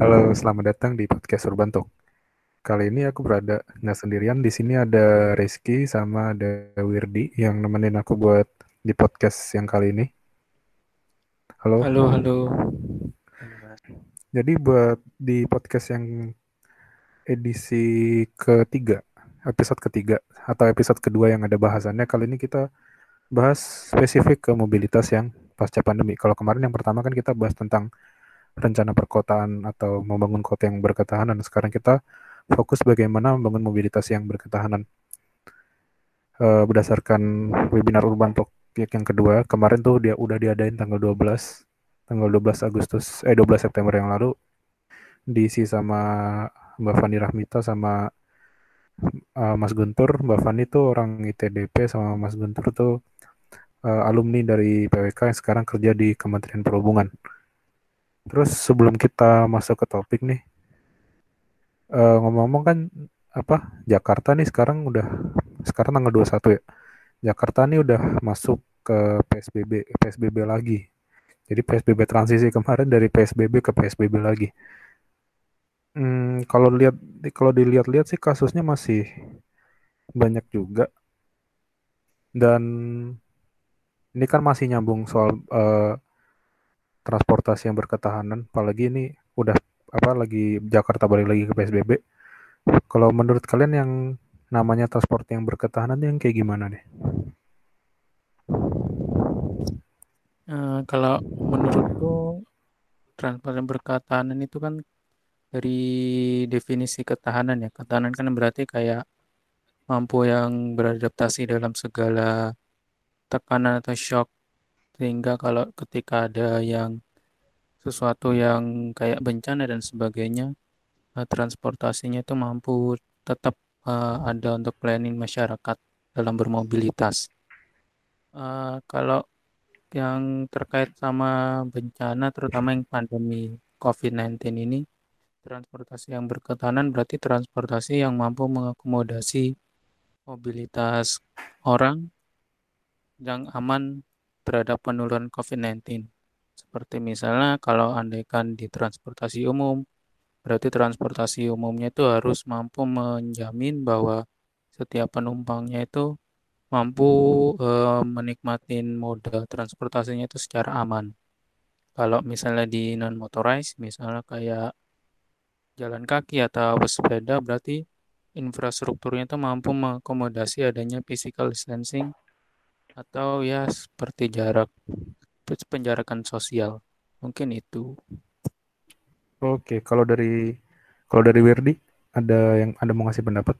Halo, selamat datang di podcast Urban Talk. Kali ini aku berada nggak sendirian. Di sini ada Rizky sama ada Wirdi yang nemenin aku buat di podcast yang kali ini. Halo. Halo, halo. Halo, Mas. Jadi buat di podcast yang edisi ketiga, episode ketiga atau episode kedua yang ada bahasannya, kali ini kita bahas spesifik ke mobilitas yang pasca pandemi. Kalau kemarin yang pertama kan kita bahas tentang rencana perkotaan atau membangun kota yang berketahanan. Sekarang kita fokus bagaimana membangun mobilitas yang berketahanan. Berdasarkan webinar Urban Talk yang kedua, kemarin tuh dia udah diadain tanggal 12 Agustus 12 September yang lalu, diisi sama Mbak Fani Rahmita sama Mas Guntur. Mbak Fani tuh orang ITDP sama Mas Guntur tuh alumni dari PWK yang sekarang kerja di Kementerian Perhubungan. Terus sebelum kita masuk ke topik nih, ngomong-ngomong kan apa Jakarta nih sekarang tanggal 21 ya. Jakarta nih udah masuk ke PSBB lagi. Jadi PSBB transisi kemarin dari PSBB ke PSBB lagi. Kalau dilihat-lihat sih kasusnya masih banyak juga, dan ini kan masih nyambung soal transportasi yang berketahanan. Apalagi ini udah lagi Jakarta balik lagi ke PSBB. Kalau menurut kalian yang namanya transport yang berketahanan yang kayak gimana nih? Kalau menurutku transport yang berketahanan itu kan dari definisi ketahanan ya. Ketahanan kan berarti kayak mampu yang beradaptasi dalam segala tekanan atau shock. Sehingga kalau ketika ada yang sesuatu yang kayak bencana dan sebagainya, transportasinya itu mampu tetap ada untuk pelayanan masyarakat dalam bermobilitas. Kalau yang terkait sama bencana, terutama yang pandemi COVID-19 ini, transportasi yang berketahanan berarti transportasi yang mampu mengakomodasi mobilitas orang yang aman terhadap penularan COVID-19. Seperti misalnya kalau andaikan di transportasi umum, berarti transportasi umumnya itu harus mampu menjamin bahwa setiap penumpangnya itu mampu menikmati moda transportasinya itu secara aman. Kalau misalnya di non motorized, misalnya kayak jalan kaki atau sepeda, berarti infrastrukturnya itu mampu mengakomodasi adanya physical distancing atau ya seperti jarak penjarakan sosial. Mungkin itu. Oke, kalau dari Wirdi ada mau ngasih pendapat?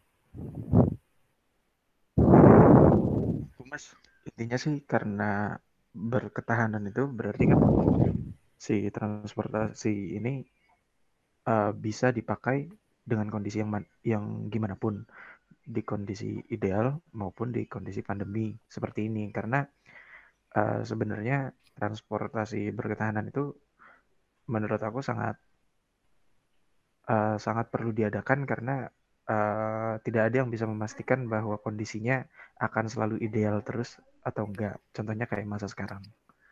Mas, intinya sih karena berketahanan itu berarti kan si transportasi ini bisa dipakai dengan kondisi yang gimana pun, di kondisi ideal maupun di kondisi pandemi seperti ini. Karena sebenarnya transportasi berketahanan itu menurut aku sangat sangat perlu diadakan karena tidak ada yang bisa memastikan bahwa kondisinya akan selalu ideal terus atau enggak. Contohnya kayak masa sekarang.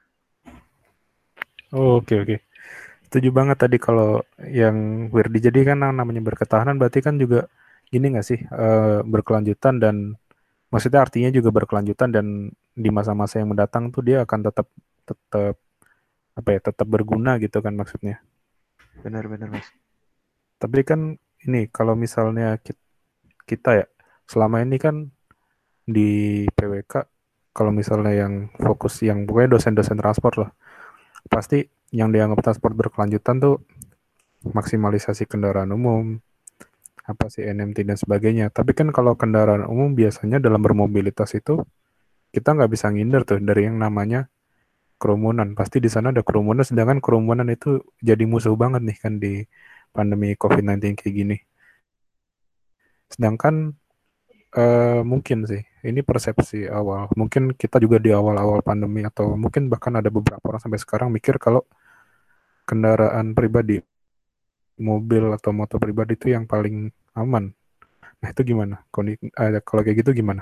Oh, oke oke. Setuju banget tadi kalau yang Wirdi. Jadi kan yang namanya berketahanan berarti kan juga gini nggak sih, berkelanjutan, dan maksudnya artinya juga berkelanjutan, dan di masa-masa yang mendatang tuh dia akan tetap tetap tetap berguna gitu kan maksudnya. Benar-benar Mas. Tapi kan ini kalau misalnya kita ya selama ini kan di PWK, kalau misalnya yang fokus yang pokoknya dosen-dosen transport lah, pasti yang dianggap transport berkelanjutan tuh maksimalisasi kendaraan umum, apa sih NMT dan sebagainya. Tapi kan kalau kendaraan umum biasanya dalam bermobilitas itu kita nggak bisa ngindar tuh dari yang namanya kerumunan. Pasti di sana ada kerumunan, sedangkan kerumunan itu jadi musuh banget nih kan di pandemi COVID-19 kayak gini. Sedangkan mungkin sih ini persepsi awal. Mungkin kita juga di awal-awal pandemi atau mungkin bahkan ada beberapa orang sampai sekarang mikir kalau kendaraan pribadi, mobil atau motor pribadi itu yang paling aman. Nah itu gimana? Kalau kayak gitu gimana?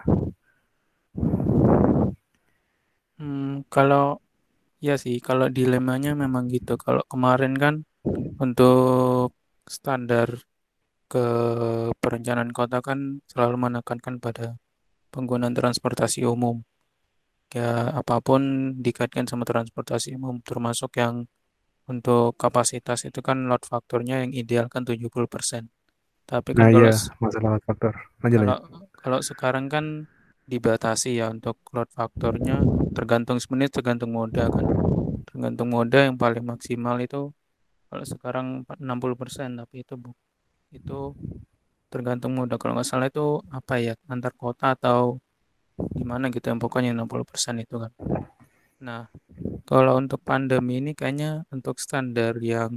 Kalau ya sih, kalau dilemanya memang gitu. Kalau kemarin kan Untuk standar ke perencanaan kota kan selalu menekankan pada penggunaan transportasi umum. Ya, apapun dikaitkan sama transportasi umum, termasuk yang untuk kapasitas itu kan load faktornya yang ideal kan 70%. Tapi kan Nah kalau iya, masalah faktor. Lanjut kalau lanjut. kalau sekarang kan dibatasi ya untuk load faktornya tergantung sebenarnya tergantung moda kan. Tergantung moda yang paling maksimal itu kalau sekarang 60%, tapi itu tergantung moda. Kalau nggak salah itu apa ya, antar kota atau gimana gitu yang pokoknya 60% itu kan. Nah, kalau untuk pandemi ini kayaknya untuk standar yang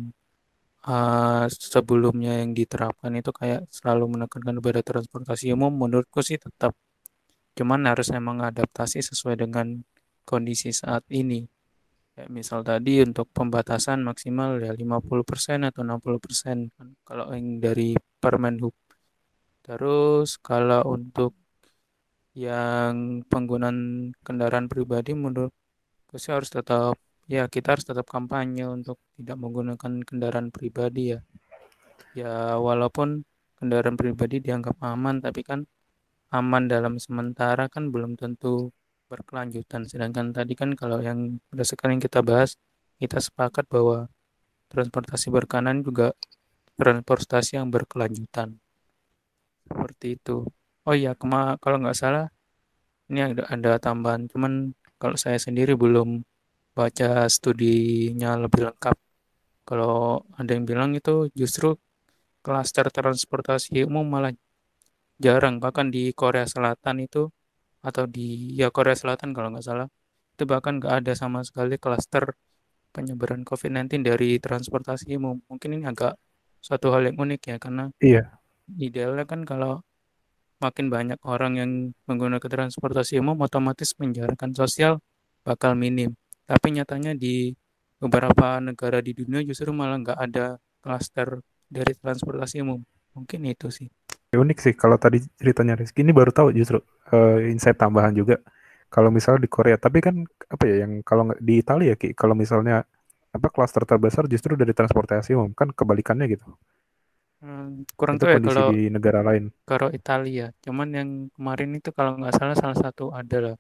sebelumnya yang diterapkan itu kayak selalu menekankan pada transportasi umum, menurutku sih tetap. Cuman harus emang adaptasi sesuai dengan kondisi saat ini. Kayak misal tadi untuk pembatasan maksimal ya 50% atau 60% kan, kalau yang dari Permenhub. Terus kalau untuk yang penggunaan kendaraan pribadi menurutku sih harus tetap, ya kita harus tetap kampanye untuk tidak menggunakan kendaraan pribadi ya. Ya walaupun kendaraan pribadi dianggap aman, tapi kan aman dalam sementara kan belum tentu berkelanjutan. Sedangkan tadi kan kalau yang berdasarkan yang kita bahas, kita sepakat bahwa transportasi berkanan juga transportasi yang berkelanjutan. Seperti itu. Oh iya, kalau nggak salah ini ada tambahan. Cuman kalau saya sendiri belum baca studinya lebih lengkap. Kalau ada yang bilang itu justru klaster transportasi umum malah jarang. Bahkan di Korea Selatan itu atau di ya Korea Selatan kalau nggak salah itu bahkan nggak ada sama sekali klaster penyebaran COVID-19 dari transportasi umum. Mungkin ini agak suatu hal yang unik ya karena Iya, idealnya kan kalau makin banyak orang yang menggunakan transportasi umum otomatis penjarakan sosial bakal minim. Tapi nyatanya di beberapa negara di dunia justru malah nggak ada klaster dari transportasi umum. Mungkin itu sih. unik sih kalau tadi ceritanya Rizky ini baru tahu justru insight tambahan juga. Kalau misalnya di Korea, tapi kan apa ya yang kalau nggak di Italia ya Ki, kalau misalnya apa klaster terbesar justru dari transportasi umum kan kebalikannya gitu. Kurang Itu tahu ya kondisi kalau di negara lain. kalau Italia. Cuman yang kemarin itu kalau nggak salah salah satu adalah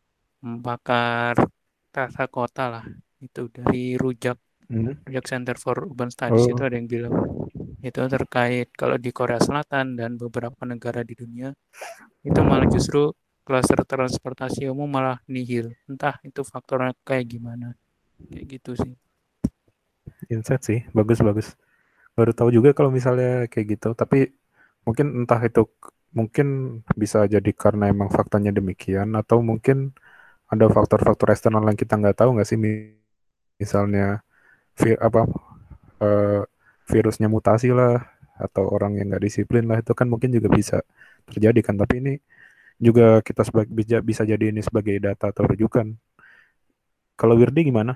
pakar tata kota lah. Itu dari Hmm. Rujak Center for Urban Studies itu Oh, ada yang bilang itu terkait kalau di Korea Selatan dan beberapa negara di dunia itu malah justru klaster transportasi umum malah nihil. Entah itu faktornya kayak gimana. Kayak gitu sih. insight sih, bagus bagus. Baru tahu juga kalau misalnya kayak gitu. Tapi mungkin entah itu mungkin bisa jadi karena emang faktanya demikian atau mungkin ada faktor-faktor eksternal yang kita nggak tahu nggak sih, misalnya apa eh, virusnya mutasi lah atau orang yang nggak disiplin lah itu kan mungkin juga bisa terjadi kan. Tapi ini juga kita bisa jadi ini sebagai data atau rujukan. Kalau Wirdi gimana?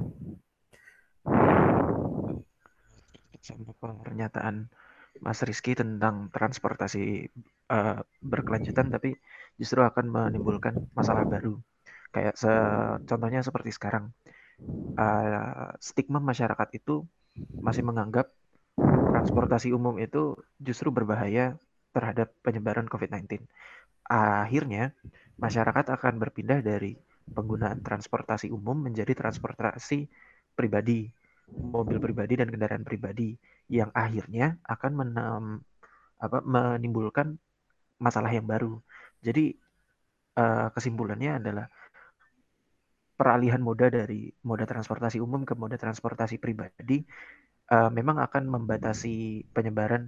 Sama pernyataan Mas Rizky tentang transportasi berkelanjutan tapi justru akan menimbulkan masalah baru. Kayak contohnya seperti sekarang, stigma masyarakat itu masih menganggap transportasi umum itu justru berbahaya terhadap penyebaran COVID-19. Akhirnya, masyarakat akan berpindah dari penggunaan transportasi umum menjadi transportasi pribadi, mobil pribadi dan kendaraan pribadi, yang akhirnya akan menimbulkan masalah yang baru. Jadi kesimpulannya adalah peralihan moda dari moda transportasi umum ke moda transportasi pribadi memang akan membatasi penyebaran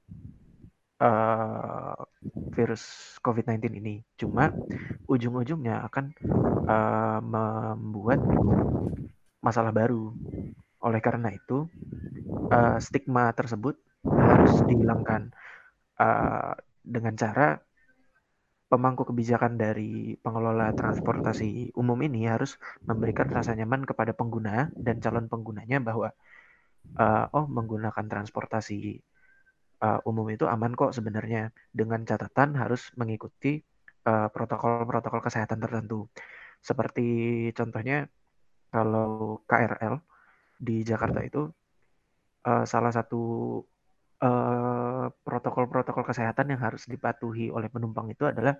uh, virus COVID-19 ini. Cuma ujung-ujungnya akan membuat masalah baru. Oleh karena itu, stigma tersebut harus dihilangkan dengan cara pemangku kebijakan dari pengelola transportasi umum ini harus memberikan rasa nyaman kepada pengguna dan calon penggunanya bahwa oh menggunakan transportasi umum itu aman kok sebenarnya dengan catatan harus mengikuti protokol-protokol kesehatan tertentu. Seperti contohnya kalau KRL di Jakarta itu salah satu protokol-protokol kesehatan yang harus dipatuhi oleh penumpang itu adalah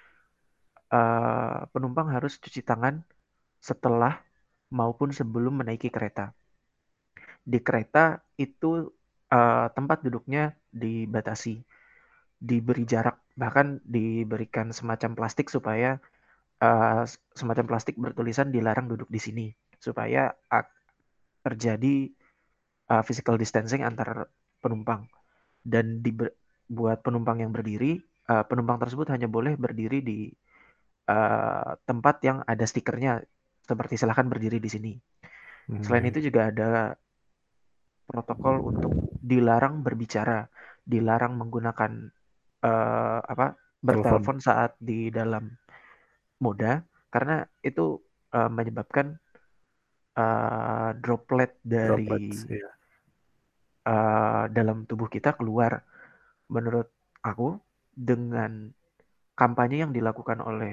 penumpang harus cuci tangan setelah maupun sebelum menaiki kereta. Di kereta itu tempat duduknya dibatasi, diberi jarak, bahkan diberikan semacam plastik supaya semacam plastik bertulisan dilarang duduk di sini supaya terjadi physical distancing antar penumpang. Dan buat penumpang yang berdiri, penumpang tersebut hanya boleh berdiri di tempat yang ada stikernya seperti silahkan berdiri di sini. Selain itu juga ada protokol untuk dilarang berbicara, dilarang menggunakan Telepon, bertelepon saat di dalam moda karena itu menyebabkan droplet droplets, dari ya. dalam tubuh kita keluar. Menurut aku dengan kampanye yang dilakukan oleh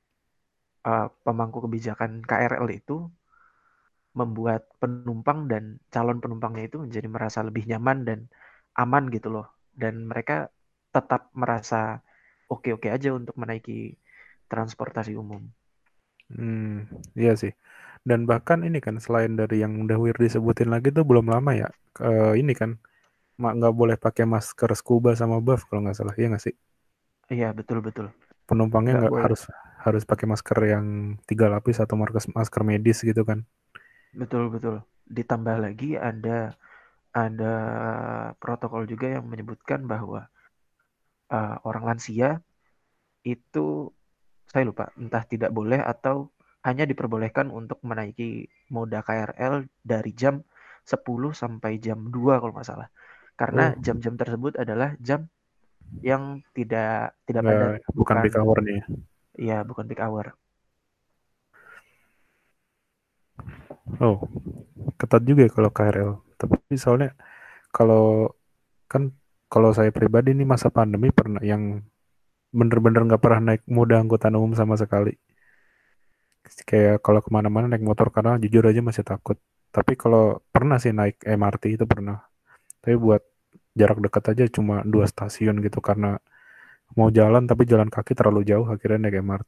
pemangku kebijakan KRL itu membuat penumpang dan calon penumpangnya itu menjadi merasa lebih nyaman dan aman gitu loh. Dan mereka tetap merasa oke-oke aja untuk menaiki transportasi umum. Iya sih. Dan bahkan ini kan selain dari yang udah Wir disebutin lagi tuh belum lama ya. Ini kan nggak boleh pakai masker scuba sama buff kalau nggak salah. Iya nggak sih? Iya, betul-betul. Penumpangnya Nggak nggak boleh. harus harus pakai masker yang 3 lapis atau masker medis gitu kan. Betul-betul. Ditambah lagi ada protokol juga yang menyebutkan bahwa orang lansia itu saya lupa entah tidak boleh atau hanya diperbolehkan untuk menaiki moda KRL dari jam 10 sampai jam 2 kalau nggak salah. Karena Oh, jam-jam tersebut adalah jam yang tidak tidak nggak, padat, bukan bukan peak hour nih. ya bukan peak hour. Oh, ketat juga ya kalau KRL. Tapi soalnya kalau kan kalau saya pribadi nih masa pandemi pernah yang bener-bener nggak pernah naik moda angkutan umum sama sekali. Kayak kalau kemana-mana naik motor karena jujur aja masih takut. Tapi kalau pernah sih naik MRT itu pernah. Tapi buat jarak dekat aja cuma 2 stasiun gitu karena mau jalan tapi jalan kaki terlalu jauh akhirnya naik MRT.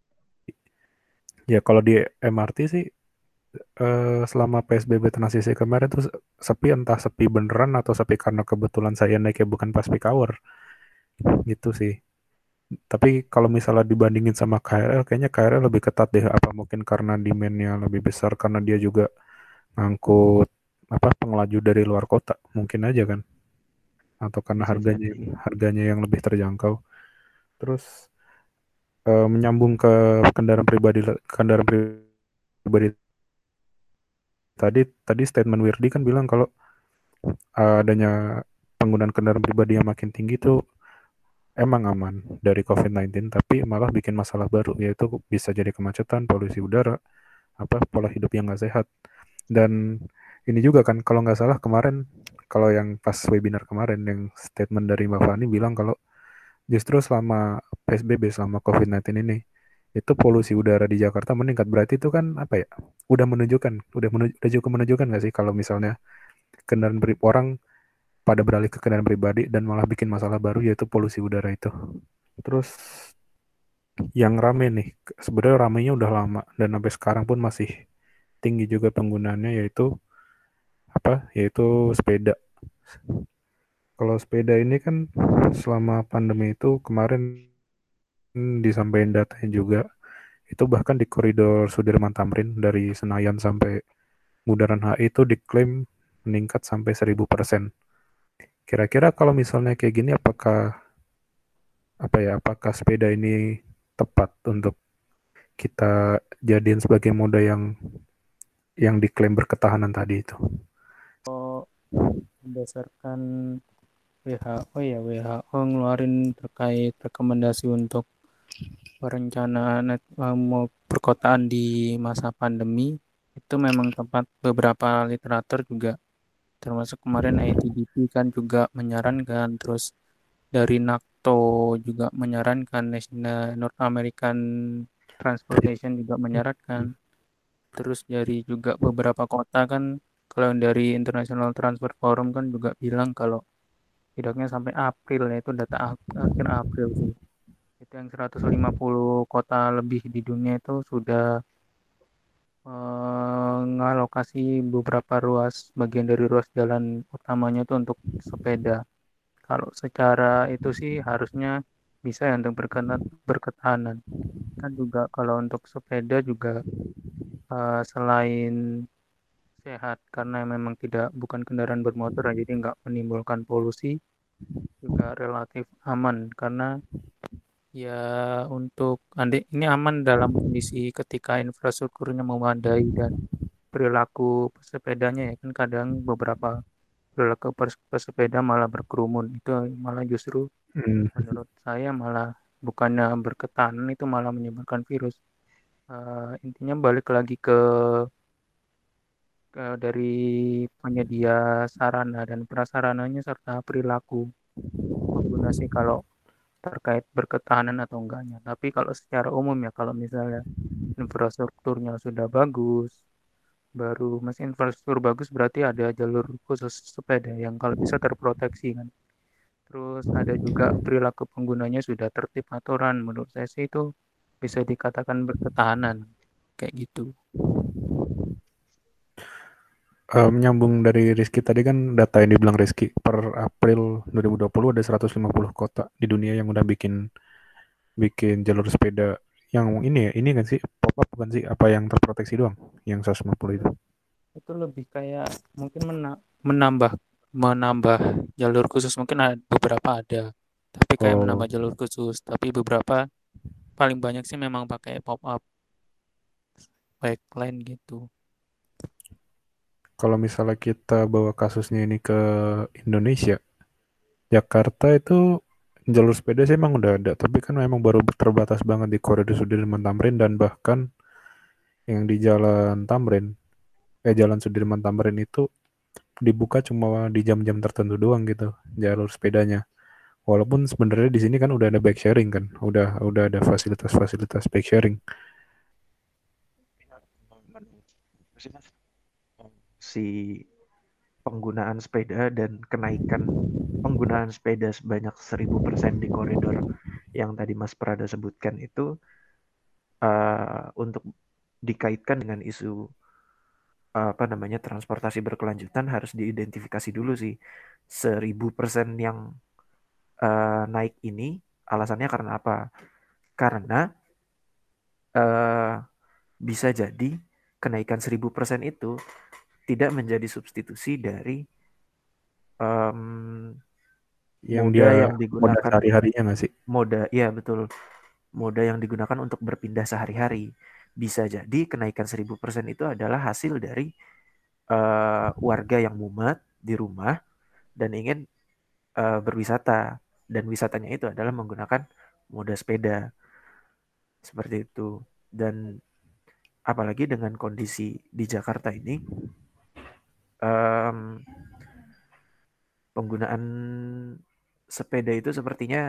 Ya kalau di MRT sih selama PSBB transisi kemarin tuh sepi, entah sepi beneran atau sepi karena kebetulan saya naiknya bukan pas peak hour gitu sih. Tapi kalau misalnya dibandingin sama KRL, kayaknya KRL lebih ketat deh. Apa mungkin karena demand-nya lebih besar karena dia juga ngangkut apa pengelaju dari luar kota, mungkin aja kan. Atau karena Bisa harganya jadi sih. harganya yang lebih terjangkau. Terus menyambung ke kendaraan pribadi tadi tadi statement Wirdi kan bilang kalau adanya penggunaan kendaraan pribadi yang makin tinggi itu emang aman dari COVID-19 tapi malah bikin masalah baru yaitu bisa jadi kemacetan, polusi udara, apa pola hidup yang nggak sehat. Dan ini juga kan kalau nggak salah kemarin kalau yang pas webinar kemarin yang statement dari Mbak Fani bilang kalau justru selama PSBB selama COVID-19 ini itu polusi udara di Jakarta meningkat, berarti itu kan apa ya, udah cukup menunjukkan nggak sih kalau misalnya orang pada beralih ke kendaraan pribadi dan malah bikin masalah baru yaitu polusi udara itu. Terus yang rame nih, sebenarnya ramenya udah lama dan sampai sekarang pun masih tinggi juga penggunaannya yaitu apa? Yaitu sepeda. Kalau sepeda ini kan selama pandemi itu kemarin disampaikan datanya juga itu bahkan di koridor Sudirman Tamrin dari Senayan sampai Bundaran HI itu diklaim meningkat sampai 1000%. Kira-kira kalau misalnya kayak gini apakah sepeda ini tepat untuk kita jadiin sebagai moda yang diklaim berketahanan tadi itu? Berdasarkan WHO ya, WHO ngeluarin terkait rekomendasi untuk perencanaan mau perkotaan di masa pandemi itu memang tempat beberapa literatur juga termasuk kemarin ITDP kan juga menyarankan, terus dari NACTO juga menyarankan, National North American Transportation juga menyarankan, terus dari juga beberapa kota kan Kalau yang dari International Transfer Forum kan juga bilang kalau tidaknya sampai April ya, itu data akhir April sih. Itu yang 150 kota lebih di dunia itu sudah ngalokasi beberapa bagian dari ruas jalan utamanya itu untuk sepeda. Kalau secara itu sih harusnya bisa ya untuk berketahanan. Kan juga kalau untuk sepeda juga selain sehat karena memang bukan kendaraan bermotor ya, jadi nggak menimbulkan polusi, juga relatif aman karena ya untuk ini aman dalam kondisi ketika infrastrukturnya memadai dan perilaku pesepedanya ya kan kadang beberapa perilaku pesepeda malah berkerumun itu malah justru Hmm. menurut saya malah bukannya berketahanan itu malah menyebarkan virus. Intinya balik lagi ke dari penyedia sarana dan prasarananya serta perilaku pengguna sih kalau terkait berketahanan atau enggaknya. Tapi kalau secara umum ya kalau misalnya infrastrukturnya sudah bagus, baru masih infrastruktur bagus berarti ada jalur khusus sepeda yang kalau bisa terproteksi kan. Terus ada juga perilaku penggunanya sudah tertib aturan. Menurut saya sih itu bisa dikatakan berketahanan kayak gitu. Menyambung dari Rizky tadi kan data yang dibilang Rizky per April 2020 ada 150 kota di dunia yang udah bikin bikin jalur sepeda yang ini kan sih pop up bukan sih apa yang terproteksi doang yang 150 itu. Itu lebih kayak mungkin menambah menambah jalur khusus mungkin beberapa ada tapi kayak menambah Oh, jalur khusus tapi beberapa paling banyak sih memang pakai pop up backline gitu. kalau misalnya kita bawa kasusnya ini ke Indonesia, Jakarta itu jalur sepeda sih emang udah ada, tapi kan memang baru terbatas banget di koridor Sudirman Tamrin dan bahkan yang di Jalan Tamrin, Jalan Sudirman Tamrin itu dibuka cuma di jam-jam tertentu doang gitu jalur sepedanya. Walaupun sebenarnya di sini kan udah ada bike sharing kan, udah ada fasilitas-fasilitas bike sharing. Si penggunaan sepeda dan kenaikan penggunaan sepeda sebanyak 1000% di koridor yang tadi Mas Prada sebutkan itu untuk dikaitkan dengan isu apa namanya transportasi berkelanjutan harus diidentifikasi dulu sih 1000% yang naik ini alasannya karena apa? Karena eh, bisa jadi kenaikan 1000% itu tidak menjadi substitusi dari em, Yang moda dia yang moda digunakan sehari-harinya nggak sih? ya betul, moda yang digunakan untuk berpindah sehari-hari. Bisa jadi kenaikan 1000% itu adalah hasil dari warga yang mumet di rumah dan ingin berwisata, dan wisatanya itu adalah menggunakan moda sepeda seperti itu. Dan apalagi dengan kondisi di Jakarta ini, em, penggunaan sepeda itu sepertinya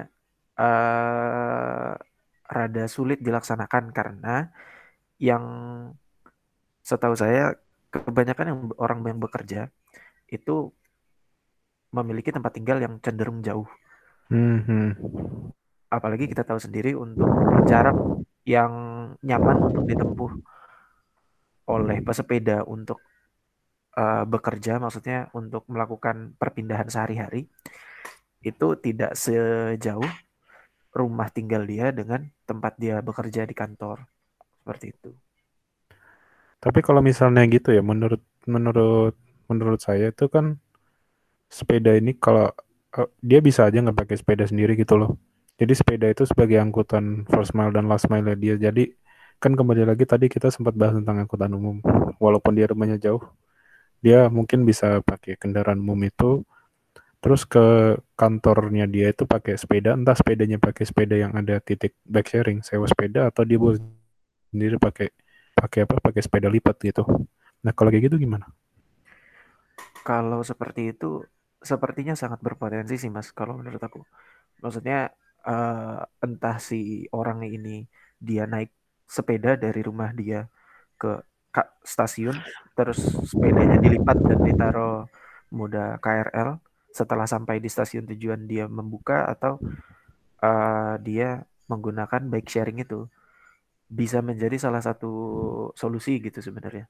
rada sulit dilaksanakan karena yang setahu saya kebanyakan yang orang yang bekerja itu memiliki tempat tinggal yang cenderung jauh. Hmm. Apalagi kita tahu sendiri untuk jarak yang nyaman untuk ditempuh oleh pesepeda untuk bekerja, maksudnya untuk melakukan perpindahan sehari-hari, itu tidak sejauh rumah tinggal dia dengan tempat dia bekerja di kantor. Seperti itu. Tapi kalau misalnya gitu ya, menurut menurut saya itu kan sepeda ini kalau dia bisa aja nggak pakai sepeda sendiri gitu loh. Jadi sepeda itu sebagai angkutan first mile dan last mile dia. Jadi kan kembali lagi tadi kita sempat bahas tentang angkutan umum. Walaupun dia rumahnya jauh, dia mungkin bisa pakai kendaraan umum itu. Terus ke kantornya dia itu pakai sepeda, entah sepedanya pakai sepeda yang ada titik bike sharing, sewa sepeda atau dia buat sendiri pakai pakai apa? Pakai sepeda lipat gitu. Nah, kalau kayak gitu gimana? Kalau seperti itu, sepertinya sangat berpotensi sih Mas, kalau menurut aku. Maksudnya entah si orang ini dia naik sepeda dari rumah dia ke stasiun, terus sepedanya dilipat dan ditaruh moda KRL. Setelah sampai di stasiun tujuan dia membuka, atau dia menggunakan bike sharing itu, bisa menjadi salah satu solusi gitu sebenarnya.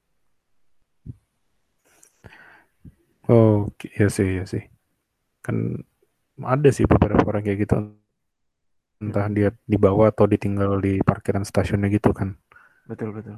Oh, iya sih, iya sih. Kan ada sih beberapa orang kayak gitu, entah Mm-mm. dia dibawa atau ditinggal di parkiran stasiunnya gitu kan. Betul betul.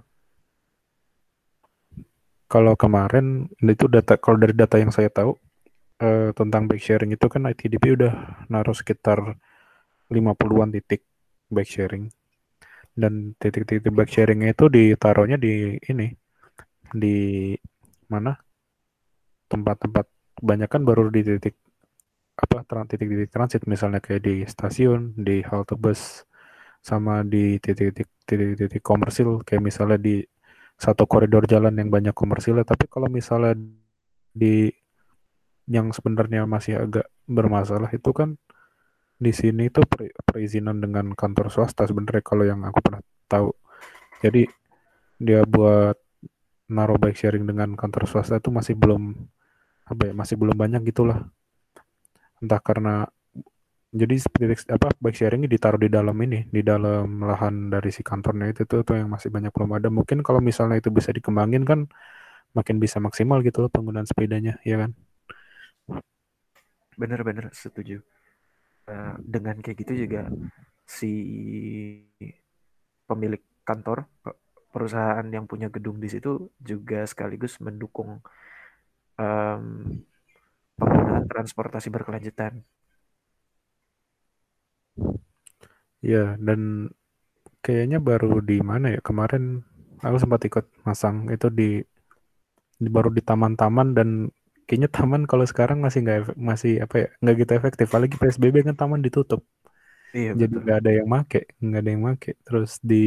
Kalau kemarin itu data, kalau dari data yang saya tahu tentang bike sharing itu kan ITDP udah naruh sekitar 50-an titik bike sharing, dan titik-titik bike sharingnya itu ditaruhnya di ini, di mana, tempat-tempat kebanyakan baru di titik apa, titik-titik transit, misalnya kayak di stasiun, di halte bus, sama di titik-titik komersil kayak misalnya di satu koridor jalan yang banyak komersilnya. Tapi kalau misalnya di yang sebenarnya masih agak bermasalah itu kan di sini itu perizinan dengan kantor swasta sebenarnya, kalau yang aku pernah tahu. Jadi dia buat naruh bike sharing dengan kantor swasta itu masih belum, apa ya, masih belum banyak gitulah. Entah karena, jadi titik apa, bike sharing ini ditaruh di dalam ini, di dalam lahan dari si kantornya itu tuh yang masih banyak belum ada. Mungkin kalau misalnya itu bisa dikembangin kan makin bisa maksimal gitu loh penggunaan sepedanya, ya kan? Bener-bener setuju. Dengan kayak gitu juga si pemilik kantor, perusahaan yang punya gedung di situ juga sekaligus mendukung em, penggunaan transportasi berkelanjutan. Ya, dan kayaknya baru di mana ya kemarin aku sempat ikut masang itu baru di taman-taman, dan kayaknya taman kalau sekarang masih nggak masih apa ya, nggak gitu efektif, apalagi PSBB kan taman ditutup, Iya jadi betul. nggak ada yang make. Terus di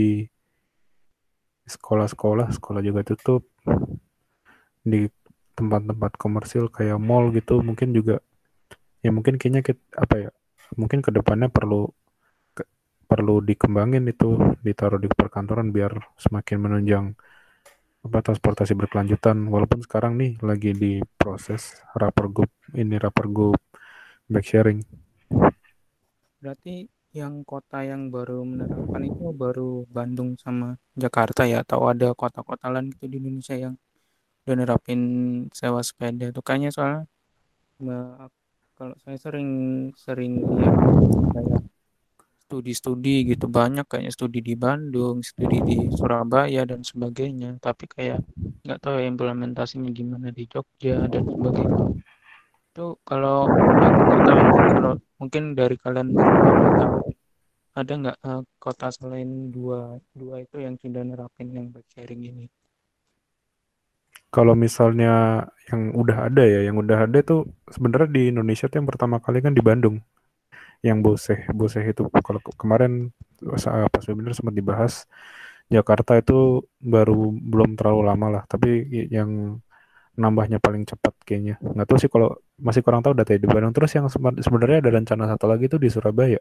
sekolah juga tutup, di tempat-tempat komersil kayak mall gitu mungkin juga, ya mungkin kayaknya apa ya, mungkin kedepannya perlu dikembangin itu, ditaruh di perkantoran biar semakin menunjang apa, transportasi berkelanjutan. Walaupun sekarang nih lagi di proses rapor group bike sharing. Berarti yang kota yang baru menerapkan itu baru Bandung sama Jakarta ya? Atau ada kota-kota lain gitu di Indonesia yang udah nerapin sewa sepeda tuh? Kayaknya soalnya Mbak, kalau saya sering sering lihat kayak studi-studi gitu banyak, kayaknya studi di Bandung, studi di Surabaya dan sebagainya. Tapi kayak nggak tahu ya implementasinya gimana di Jogja dan sebagainya. Itu kalau aku nggak tahu nih, kalau mungkin dari kalian berdua nggak tahu ada nggak kota selain dua dua itu yang sudah nerapin yang bike sharing ini? Kalau misalnya yang udah ada tuh sebenarnya di Indonesia tuh yang pertama kali kan di Bandung, yang Boseh itu. Kalau kemarin pas webinar sempat dibahas, Jakarta itu baru belum terlalu lama lah, tapi yang nambahnya paling cepat kayaknya. Nggak tahu sih, kalau masih kurang tahu data di Bandung. Terus yang sebenarnya ada rencana satu lagi tuh di Surabaya.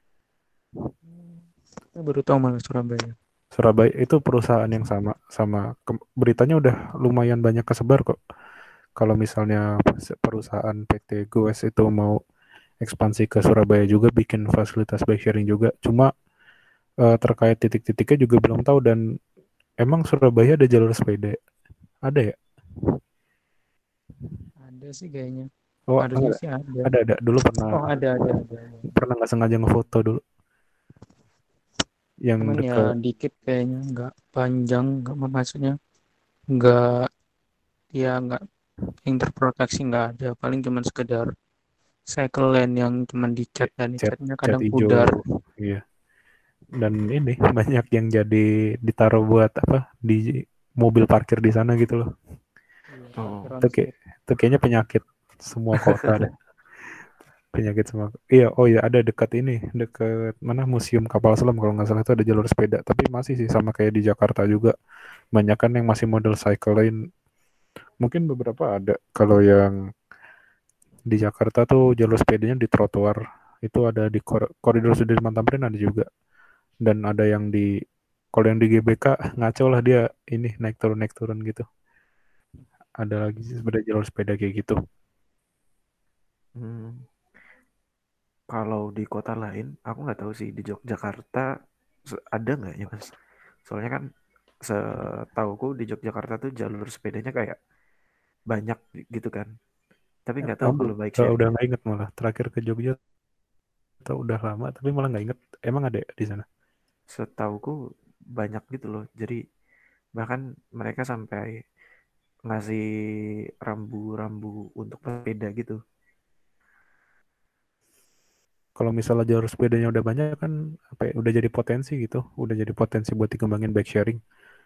Saya baru tahu malah Surabaya. Surabaya itu perusahaan yang sama sama beritanya udah lumayan banyak kesebar kok. Kalau misalnya perusahaan PT Goes itu mau ekspansi ke Surabaya juga, bikin fasilitas bike sharing juga. Cuma terkait titik-titiknya juga belum tahu. Dan emang Surabaya ada jalur sepeda? Ada ya? Ada sih kayaknya. Oh, Harusnya enggak. sih ada. Ada. Dulu pernah Oh, ada. pernah nggak sengaja ngefoto dulu yang Cuman ya deket. dikit kayaknya, nggak panjang, nggak maksudnya nggak, ya nggak yang terproteksi nggak ada. Paling cuman sekedar cycle lane yang cuman dicat dan cat catnya cat kadang hijau, pudar. iya. Dan ini banyak yang jadi ditaruh buat apa, di mobil parkir di sana gitu loh. Iya, parkir Oh, on Itu kayak, street. itu kayaknya penyakit semua kota deh. Penyakit semua. Iya, oh iya, ada dekat ini, dekat mana, Museum Kapal Selam kalau nggak salah, itu ada jalur sepeda. Tapi masih sih sama kayak di Jakarta juga. Banyak kan yang masih model cycle lane. Mungkin beberapa ada. Kalau yang di Jakarta tuh jalur sepedanya di trotoar. Itu ada di koridor Sudirman Tamrin ada juga. Dan ada yang di Kalau yang di GBK ngaco lah dia ini naik turun gitu. Ada lagi sih sebenarnya jalur sepeda kayak gitu. Kalau di kota lain, aku nggak tahu sih di Yogyakarta ada nggak ya mas? Soalnya kan setauku di Yogyakarta tuh jalur sepedanya kayak banyak gitu kan. Tapi nggak tahu Aku kalau bike sharing udah ya. nggak inget malah. Terakhir ke Jogja tuh udah lama, tapi malah nggak inget. Emang ada ya di sana? Setauku banyak gitu loh. Jadi bahkan mereka sampai ngasih rambu-rambu untuk sepeda gitu. Kalau misalnya jalur sepedanya udah banyak kan, apa ya, udah jadi potensi gitu. Udah jadi potensi buat dikembangin bike sharing.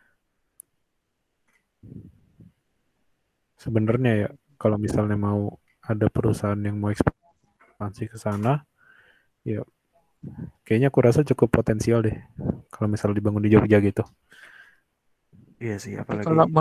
Sebenarnya ya, kalau misalnya mau ada perusahaan yang mau ekspansi ke sana, ya kayaknya aku rasa cukup potensial deh. Kalau misalnya dibangun di Jogja gitu. Iya sih, Tapi apalagi kalau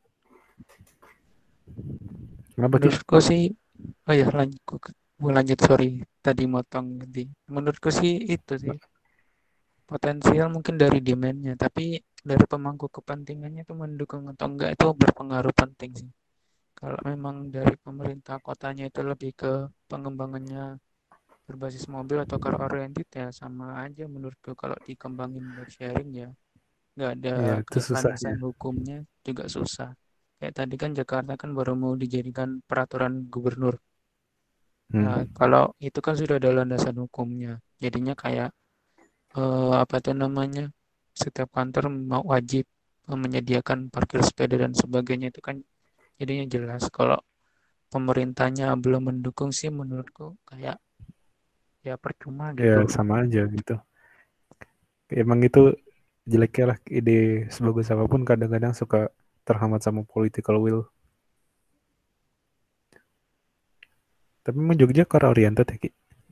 Kenapa Ki? menurutku sih, oh ya lanjut, gue lanjut sorry tadi motong tadi. Menurutku sih itu sih potensial mungkin dari demand-nya, tapi dari pemangku kepentingannya itu mendukung atau enggak itu berpengaruh penting sih. Kalau memang dari pemerintah kotanya itu lebih ke pengembangannya berbasis mobil atau car oriented ya sama aja menurutku. Kalau dikembangin bike sharing ya nggak ada Ya itu susahnya. landasan hukumnya juga susah. Kayak tadi kan Jakarta kan baru mau dijadikan peraturan gubernur. Nah, Hmm. kalau itu kan sudah ada landasan hukumnya. Jadinya kayak apa itu namanya? Setiap kantor mau wajib menyediakan parkir sepeda dan sebagainya itu kan jadinya jelas. Kalau pemerintahnya belum mendukung sih menurutku kayak ya percuma Ya gitu. sama aja gitu. Emang itu jeleknya lah ide sebagus apapun kadang-kadang suka terhambat sama political will. Tapi emang Jogja car oriented ya Ki?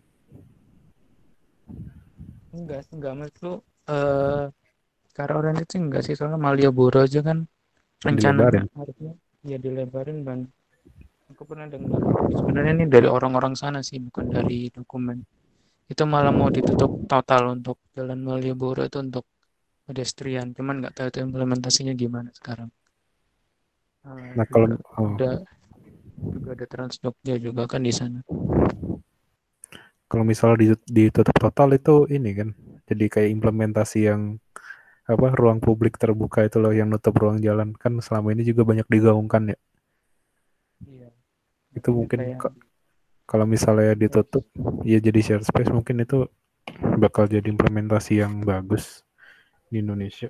Enggak maksud eh cara orang itu enggak sih soalnya Malioboro aja kan rencananya Dilebarin. harusnya ya dilebarin dan aku pernah dengar tapi sebenarnya ini dari orang-orang sana sih bukan dari dokumen itu malah mau ditutup total untuk jalan Malioboro itu untuk pedestrian cuman nggak tahu itu implementasinya gimana sekarang. Nah kalau Juga oh, ada Trans Jogja juga kan di sana. kalau misalnya ditutup total itu ini kan jadi kayak implementasi yang apa ruang publik terbuka itu loh yang nutup ruang jalan kan selama ini juga banyak digaungkan ya. Iya, Itu makanya mungkin kayak kalau misalnya ditutup harus ya jadi share space mungkin itu bakal jadi implementasi yang bagus di Indonesia.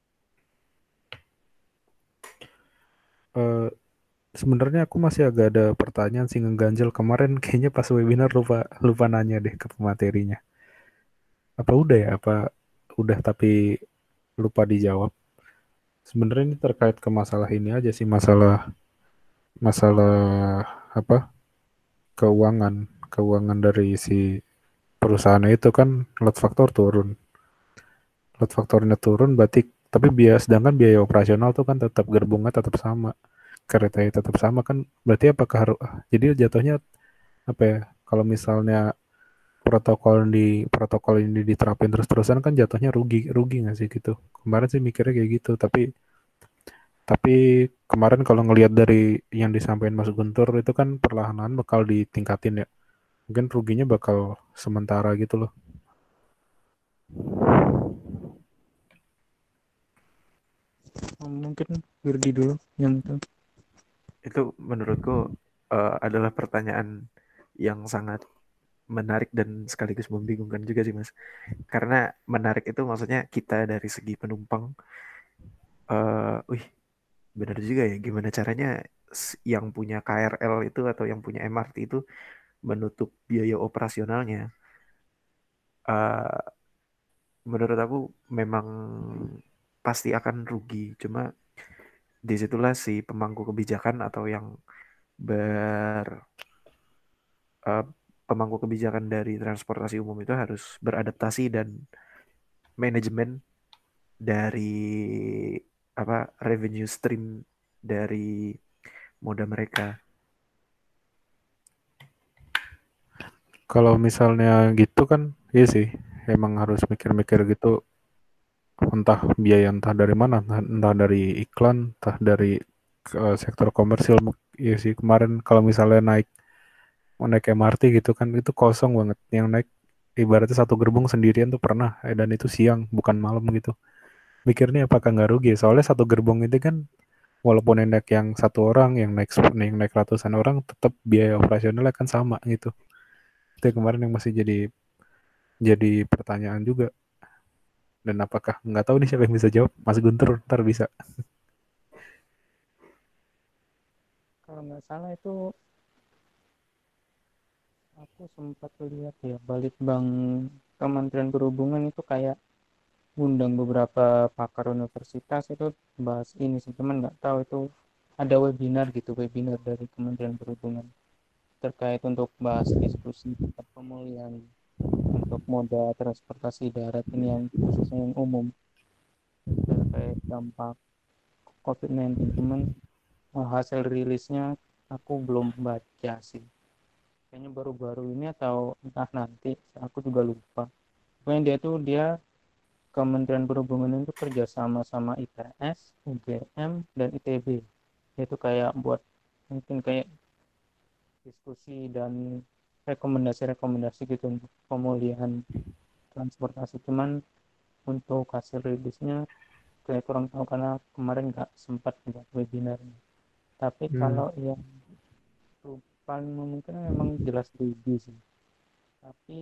Eh, Sebenarnya aku masih agak ada pertanyaan sih ngeganjel kemarin kayaknya pas webinar lupa lupa nanya deh ke pematerinya. Apa udah ya? Apa udah tapi lupa dijawab? Sebenarnya ini terkait ke masalah ini aja sih masalah masalah apa keuangan keuangan dari si perusahaan itu kan load factor turun. Load faktornya turun berarti tapi biaya sedangkan biaya operasional tuh kan tetap gerbongnya tetap sama. Keretanya tetap sama kan berarti apakah harus jadi jatuhnya apa ya kalau misalnya protokol ini diterapin terus-terusan kan jatuhnya rugi rugi nggak sih gitu kemarin sih mikirnya kayak gitu tapi kemarin kalau ngelihat dari yang disampaikan Mas Guntur itu kan perlahan-lahan bakal ditingkatin ya mungkin ruginya bakal sementara gitu loh. mungkin Wirdi dulu yang itu. itu menurutku adalah pertanyaan yang sangat menarik dan sekaligus membingungkan juga sih mas. Karena menarik itu maksudnya kita dari segi penumpang, wih benar juga ya gimana caranya yang punya KRL itu atau yang punya MRT itu menutup biaya operasionalnya. Eh, Menurut aku memang pasti akan rugi. Cuma disitulah si pemangku kebijakan atau yang ber eh, pemangku kebijakan dari transportasi umum itu harus beradaptasi dan manajemen dari apa revenue stream dari moda mereka. Kalau misalnya gitu kan iya sih emang harus mikir-mikir gitu entah biaya entah dari mana, entah dari iklan, entah dari sektor komersil. Ya sih kemarin kalau misalnya mau naik MRT gitu kan itu kosong banget. Yang naik ibaratnya satu gerbong sendirian tuh pernah, dan itu siang bukan malam gitu. Mikirnya apakah nggak rugi? Soalnya satu gerbong itu kan walaupun yang naik yang satu orang, yang naik ratusan orang, tetap biaya operasionalnya kan sama gitu. Itu yang kemarin yang masih jadi pertanyaan juga. Dan apakah nggak tahu nih siapa yang bisa jawab? Mas Guntur ntar bisa. Kalau nggak salah itu aku sempat lihat ya Balitbang Kementerian Perhubungan itu kayak ngundang beberapa pakar universitas itu bahas ini sih, cuman nggak tahu itu ada webinar dari Kementerian Perhubungan terkait untuk bahas diskusi tentang pemulihan untuk moda transportasi darat ini yang khususnya yang umum terkait dampak COVID-19. Cuman hasil rilisnya aku belum baca sih, kayaknya baru-baru ini atau entah nanti, aku juga lupa. Pokoknya dia Kementerian Perhubungan itu kerjasama sama ITS, UGM, dan ITB. Itu kayak buat mungkin kayak diskusi dan rekomendasi-rekomendasi gitu untuk pemulihan transportasi. Cuman untuk hasil rilisnya kayak kurang tahu karena kemarin nggak sempat buat webinarnya. Tapi Hmm. kalau yang paling memungkinkan memang jelas rugi sih. Tapi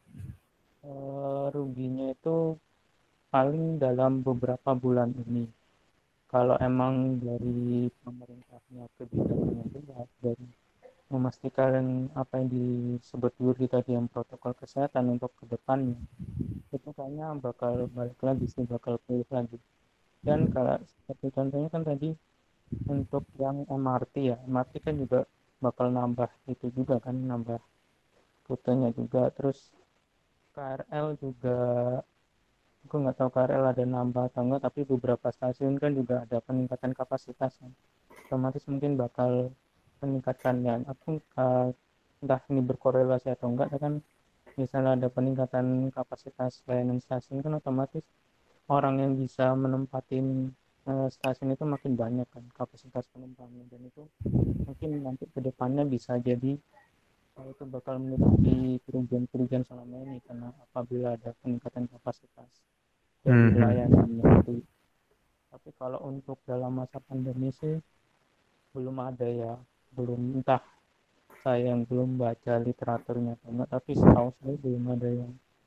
ruginya itu paling dalam beberapa bulan ini. Kalau emang dari pemerintahnya kebijakannya jelas dari memastikan apa yang disebut Yuri tadi yang protokol kesehatan untuk kedepannya, itu kayaknya bakal balik lagi sih, bakal pulih lagi. Dan kalau seperti contohnya kan tadi untuk yang MRT ya, MRT kan juga bakal nambah itu juga kan, nambah rutenya juga. Terus KRL juga, aku nggak tahu KRL ada nambah atau enggak, tapi beberapa stasiun kan juga ada peningkatan kapasitas kan. Otomatis mungkin bakal meningkatkan ya. Aku entah ini berkorelasi atau enggak, kan misalnya ada peningkatan kapasitas layanan stasiun kan otomatis orang yang bisa menempatin stasiun itu makin banyak kan kapasitas penumpangnya, dan itu mungkin nanti ke depannya bisa jadi itu bakal menutupi kerugian-kerugian selama ini karena apabila ada peningkatan kapasitas dari Mhm. layanannya itu. Tapi kalau untuk dalam masa pandemi sih belum ada ya, belum, entah saya yang belum baca literaturnya atau enggak, tapi setahu saya belum ada yang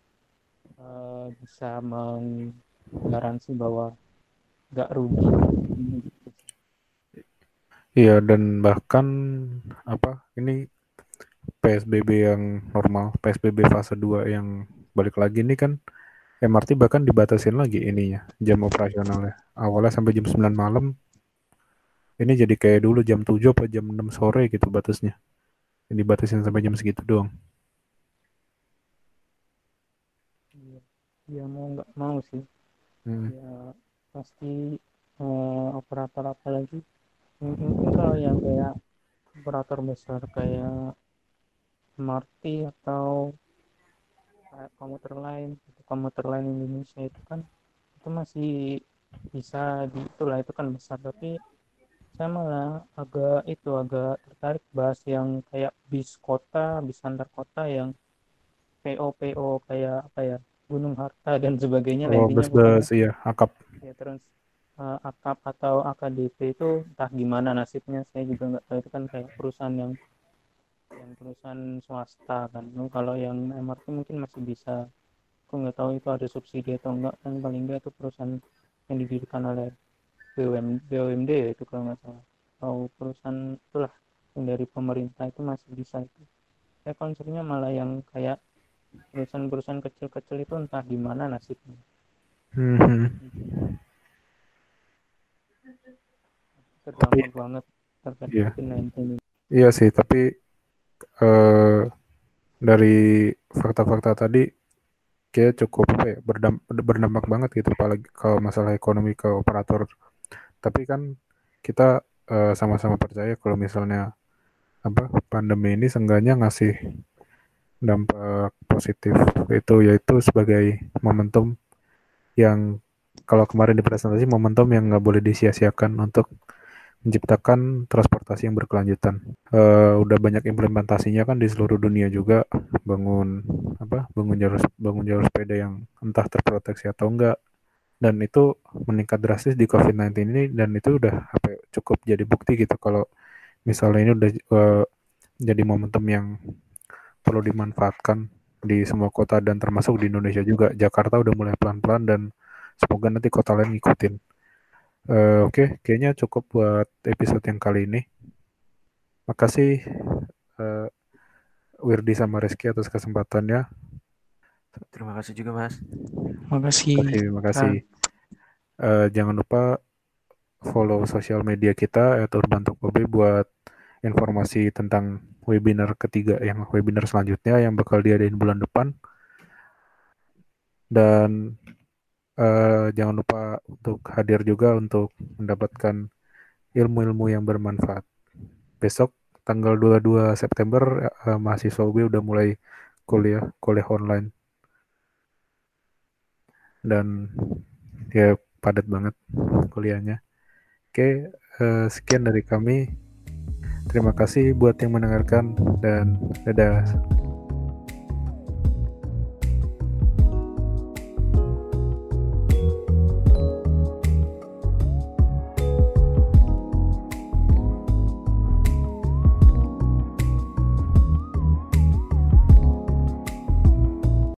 bisa menggaransi bahwa nggak rugi gitu sih. Iya, dan bahkan apa ini PSBB yang normal, PSBB fase 2 yang balik lagi ini kan MRT bahkan dibatasin lagi ininya, jam operasionalnya. Awalnya sampai jam 9 malam, ini jadi kayak dulu jam 7 atau jam 6 sore gitu batasnya. Ini dibatasin sampai jam segitu doang. Iya, ya mau nggak mau sih Hmm. ya pasti operator apalagi mungkin kalau yang kayak operator besar kayak MRT atau kayak komuter lain Indonesia itu kan itu masih bisa di itulah, itu kan besar. Tapi saya malah agak tertarik bahas yang kayak bis kota, bis antar kota yang PO kayak apa ya, Gunung Harta dan sebagainya lah, Oh, intinya pokoknya bus-bus iya, akap. ya. Terus AKAP atau AKDP itu entah gimana nasibnya, saya juga nggak tahu. Itu kan kayak perusahaan yang perusahaan swasta kan. Kalau yang MRT mungkin masih bisa, aku nggak tahu itu ada subsidi atau enggak, kan paling enggak itu perusahaan yang didirikan oleh BUMD ya itu kalau nggak salah, atau perusahaan itulah yang dari pemerintah, itu masih bisa itu. Saya concernnya malah yang kayak perusahaan-perusahaan kecil-kecil itu entah gimana nasibnya. Mhm. Tapi Terdampak banget terkait iya, COVID-19 ini. iya sih. Tapi eh, dari fakta-fakta tadi kayak cukup apa ya, berdampak banget gitu, apalagi kalau masalah ekonomi ke operator. Tapi kan kita sama-sama percaya kalau misalnya apa pandemi ini seenggaknya ngasih dampak positif, itu yaitu sebagai momentum yang kalau kemarin di presentasi momentum yang nggak boleh disia-siakan untuk menciptakan transportasi yang berkelanjutan. Udah banyak implementasinya kan di seluruh dunia juga, bangun jalur sepeda yang entah terproteksi atau enggak, dan itu meningkat drastis di COVID-19 ini, dan itu udah cukup jadi bukti gitu kalau misalnya ini udah jadi momentum yang perlu dimanfaatkan di semua kota dan termasuk di Indonesia juga. Jakarta udah mulai pelan-pelan dan semoga nanti kota lain ngikutin. Oke, kayaknya cukup buat episode yang kali ini. Makasih Wirdi sama Rizky atas kesempatannya. Terima kasih juga, Mas. Makasih. Makasih. Jangan lupa follow sosial media kita @Urban Talk PB buat informasi tentang webinar selanjutnya yang bakal diadain bulan depan. Dan jangan lupa untuk hadir juga untuk mendapatkan ilmu-ilmu yang bermanfaat. Besok tanggal 22 September mahasiswa UB udah mulai kuliah online, dan ya padat banget kuliahnya. Oke, sekian dari kami. Terima kasih buat yang mendengarkan dan dadah.